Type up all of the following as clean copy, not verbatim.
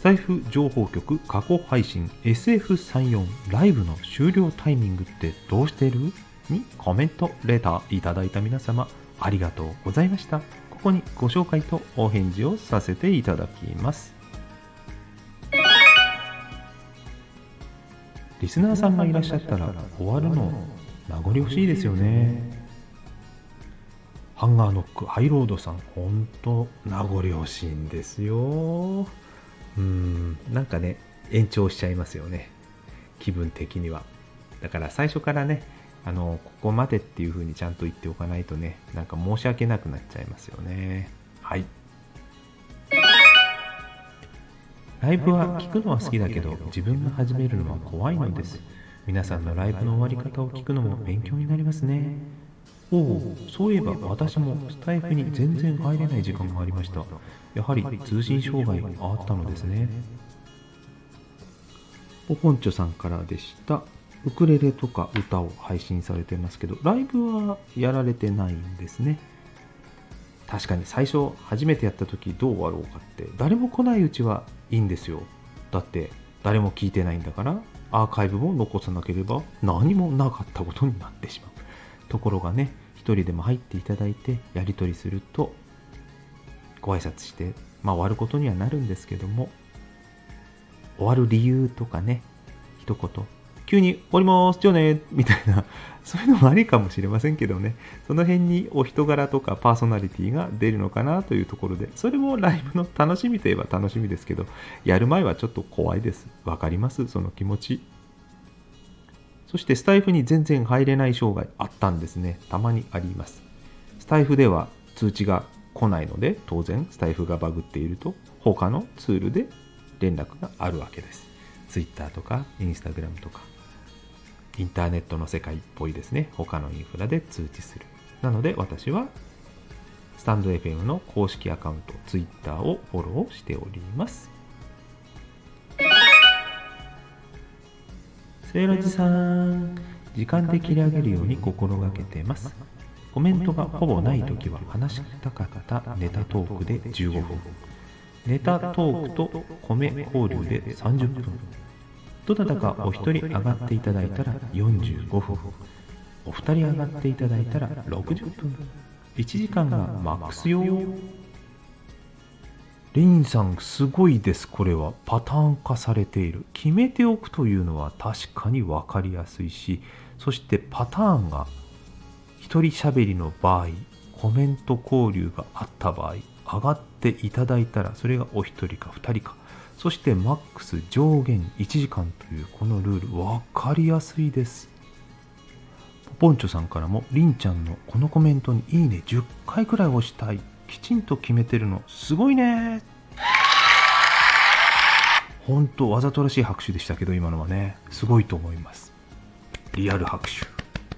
タイフ情報局過去配信 SF34 ライブの終了タイミングってどうしてるにコメントレターいただいた皆様ありがとうございました。ここにご紹介とお返事をさせていただきます。リスナーさんがいらっしゃったら終わるの名残惜しいですよね。ハンガーノックハイロードさん、ほんと名残惜しいんですよ。なんかね、延長しちゃいますよね、気分的には。だから最初からね、ここまでっていう風にちゃんと言っておかないとね、なんか申し訳なくなっちゃいますよね。はい。ライブは聞くのは好きだけど、自分が始めるのは怖いのです。皆さんのライブの終わり方を聞くのも勉強になりますね。おお、そういえば私もスタイフに全然入れない時間がありました。やはり通信障害があったのですね。ポポンチョさんからでした。ウクレレとか歌を配信されてますけど、ライブはやられてないんですね。確かに最初初めてやった時どう終わろうかって、誰も来ないうちはいいんですよ。だって誰も聞いてないんだから、アーカイブも残さなければ何もなかったことになってしまう。ところがね、一人でも入っていただいてやり取りするとご挨拶して、終わることにはなるんですけども、終わる理由とかね、一言急に終わりますじゃあねみたいな、そういうのもありかもしれませんけどね、その辺にお人柄とかパーソナリティが出るのかなというところで、それもライブの楽しみといえば楽しみですけど、やる前はちょっと怖いです。わかります、その気持ち。そしてスタイフに全然入れない障害あったんですね。たまにあります。スタイフでは通知が来ないので、当然スタイフがバグっていると他のツールで連絡があるわけです。Twitter とか Instagram とかインターネットの世界っぽいですね。他のインフラで通知する。なので私はスタンド FM の公式アカウント Twitter をフォローしております。セイラジさん、時間で切り上げるように心がけてます。コメントがほぼないときは話したかったネタトークで15分、ネタトークと米交流で30分、どなたかお一人上がっていただいたら45分、お二人上がっていただいたら60分、1時間がマックスよ。レインさんすごいです。これはパターン化されている。決めておくというのは確かに分かりやすいし、そしてパターンが一人喋りの場合、コメント交流があった場合、上がっていただいたらそれがお一人か二人か、そしてマックス上限1時間というこのルール分かりやすいです。ポポンチョさんからも、りんちゃんのこのコメントにいいね10回くらい押したい、きちんと決めてるのすごいね。ほんとわざとらしい拍手でしたけど、今のはねすごいと思います。リアル拍手。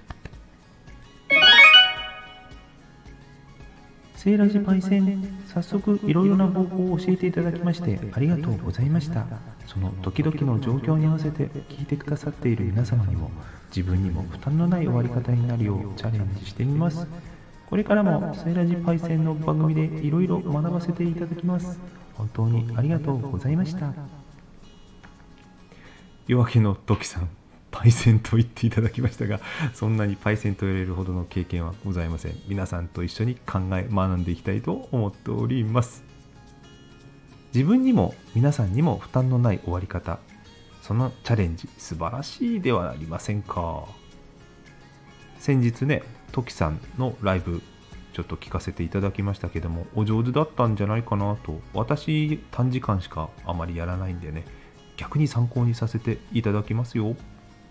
セーラジパイセン、早速いろいろな方法を教えていただきましてありがとうございました。その時々の状況に合わせて聞いてくださっている皆様にも、自分にも負担のない終わり方になるようチャレンジしてみます。これからもセーラジパイセンの番組でいろいろ学ばせていただきます。本当にありがとうございました。夜明けの時さん、パイセンと言っていただきましたが、そんなにパイセンと言われるほどの経験はございません。皆さんと一緒に考え学んでいきたいと思っております。自分にも皆さんにも負担のない終わり方、そのチャレンジ素晴らしいではありませんか。先日ね、トキさんのライブちょっと聞かせていただきましたけども、お上手だったんじゃないかなと。私短時間しかあまりやらないんでね、逆に参考にさせていただきますよ。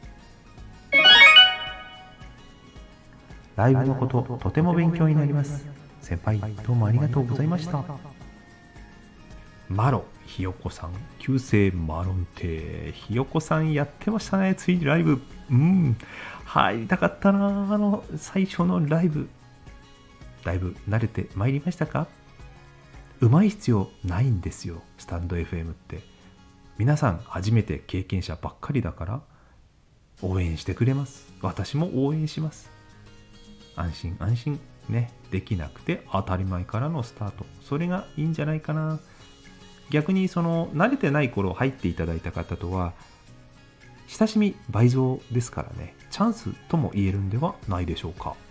ライブのこととても勉強になります。先輩どうもありがとうございました。マロひよこさん、旧姓マロンテひよこさんやってましたね。ついにライブ入りたかったな。最初のライブ、だいぶ慣れてまいりましたか？上手い必要ないんですよ。スタンド FM って皆さん初めて経験者ばっかりだから応援してくれます。私も応援します。安心安心ね、できなくて当たり前からのスタート、それがいいんじゃないかな。 逆にその慣れてない頃入っていただいた方とは親しみ倍増ですからね、チャンスとも言えるんではないでしょうか。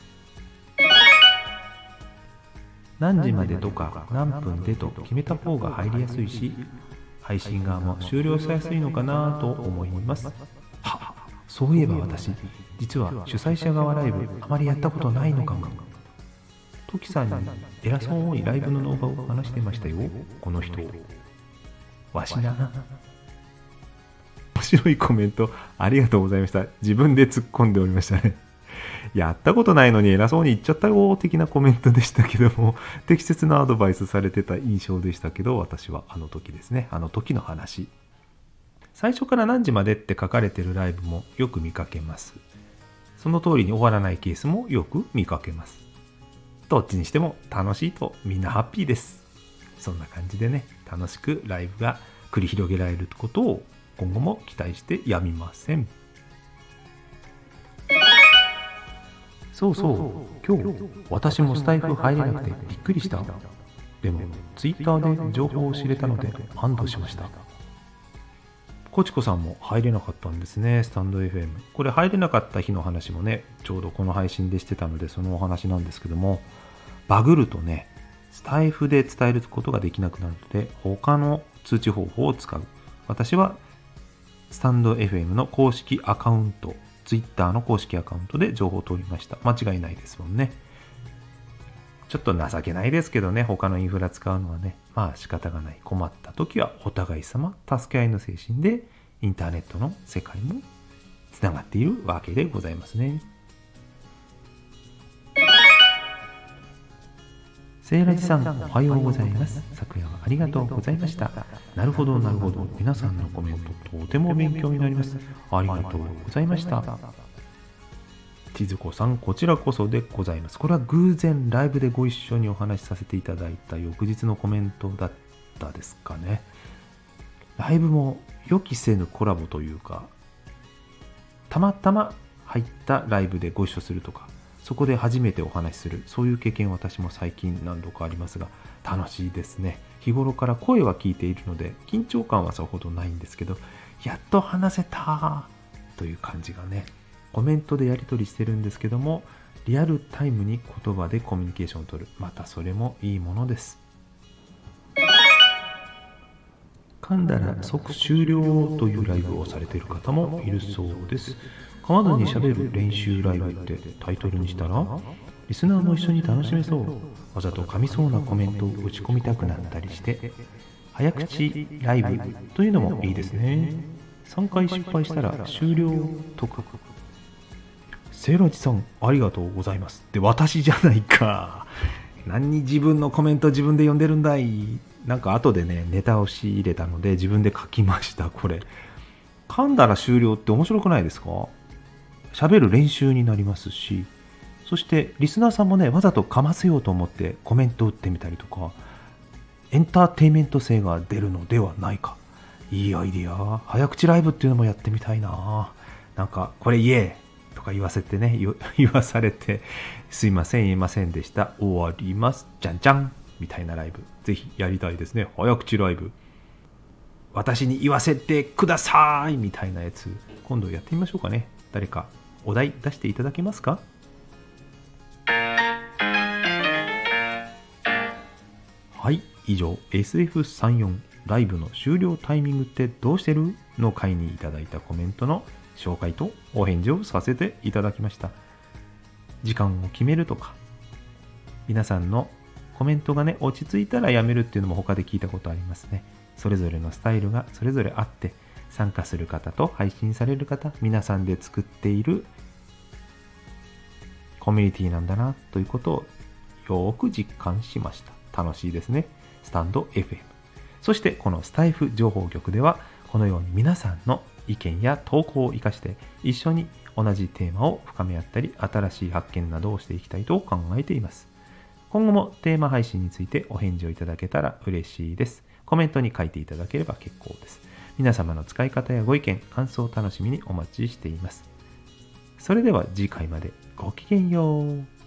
何時までとか何分でと決めた方が入りやすいし、配信側も終了しやすいのかなと思います。そういえば私、実は主催者側ライブあまりやったことないのかも。トキさんに偉そうにライブのノウハウを話してましたよ、この人。わしな。面白いコメントありがとうございました。自分で突っ込んでおりましたね。やったことないのに偉そうに言っちゃったよ的なコメントでしたけども、適切なアドバイスされてた印象でしたけど、私はあの時ですね、あの時の話。最初から何時までって書かれてるライブもよく見かけます。その通りに終わらないケースもよく見かけます。どっちにしても楽しいとみんなハッピーです。そんな感じでね、楽しくライブが繰り広げられることを今後も期待してやみません。そうそう、今日私もスタイフ入れなくてびっくりした。でもツイッターで情報を知れたので安堵しました。コチコさんも入れなかったんですね、スタンド FM。 これ入れなかった日の話もね、ちょうどこの配信でしてたのでそのお話なんですけども、バグるとね、スタイフで伝えることができなくなるので他の通知方法を使う。私はスタンド FM の公式アカウント、ツイッターの公式アカウントで情報を取りました。間違いないですもんね。ちょっと情けないですけどね、他のインフラ使うのはね、まあ仕方がない。困った時はお互い様、助け合いの精神でインターネットの世界もつながっているわけでございますね。セイラジさん、おはようございます。昨夜はありがとうございました。なるほどなるほど、皆さんのコメントとても勉強になります。ありがとうございました。千鶴子さん、こちらこそでございます。これは偶然ライブでご一緒にお話しさせていただいた翌日のコメントだったですかね。ライブも予期せぬコラボというか、たまたま入ったライブでご一緒するとか、そこで初めてお話しする、そういう経験私も最近何度かありますが、楽しいですね。日頃から声は聞いているので緊張感はさほどないんですけど、やっと話せたという感じがね、コメントでやり取りしてるんですけども、リアルタイムに言葉でコミュニケーションを取る、またそれもいいものです。噛んだら即終了というライブをされている方もいるそうです。噛まずに喋る練習ライブってタイトルにしたらリスナーも一緒に楽しめそう。わざと噛みそうなコメントを打ち込みたくなったりして、早口ライブというのもいいですね。3回失敗したら終了とか。セイラジさん、ありがとうございます。で、私じゃないか。何に自分のコメント自分で読んでるんだい。なんか後でね、ネタを仕入れたので自分で書きました。これ噛んだら終了って面白くないですか？喋る練習になりますし、そしてリスナーさんもね、わざと噛ませようと思ってコメントを打ってみたりとか、エンターテインメント性が出るのではないか。いいアイディア。早口ライブっていうのもやってみたいな。なんかこれ言えとか言わせてね、言わされて、すいません言えませんでした、終わります、じゃんじゃんみたいなライブ、ぜひやりたいですね。早口ライブ、私に言わせてくださいみたいなやつ、今度やってみましょうかね。誰かお題出していただけますか？はい、以上 SF34 ライブの終了タイミングってどうしてるの回にいただいたコメントの紹介とお返事をさせていただきました。時間を決めるとか、皆さんのコメントがね落ち着いたらやめるっていうのも他で聞いたことありますね。それぞれのスタイルがそれぞれあって、参加する方と配信される方、皆さんで作っているコミュニティなんだなということをよく実感しました。楽しいですね、スタンド FM。 そしてこのスタイフ情報局ではこのように皆さんの意見や投稿を生かして一緒に同じテーマを深め合ったり、新しい発見などをしていきたいと考えています。今後もテーマ配信についてお返事をいただけたら嬉しいです。コメントに書いていただければ結構です。皆様の使い方やご意見、感想を楽しみにお待ちしています。それでは次回までごきげんよう。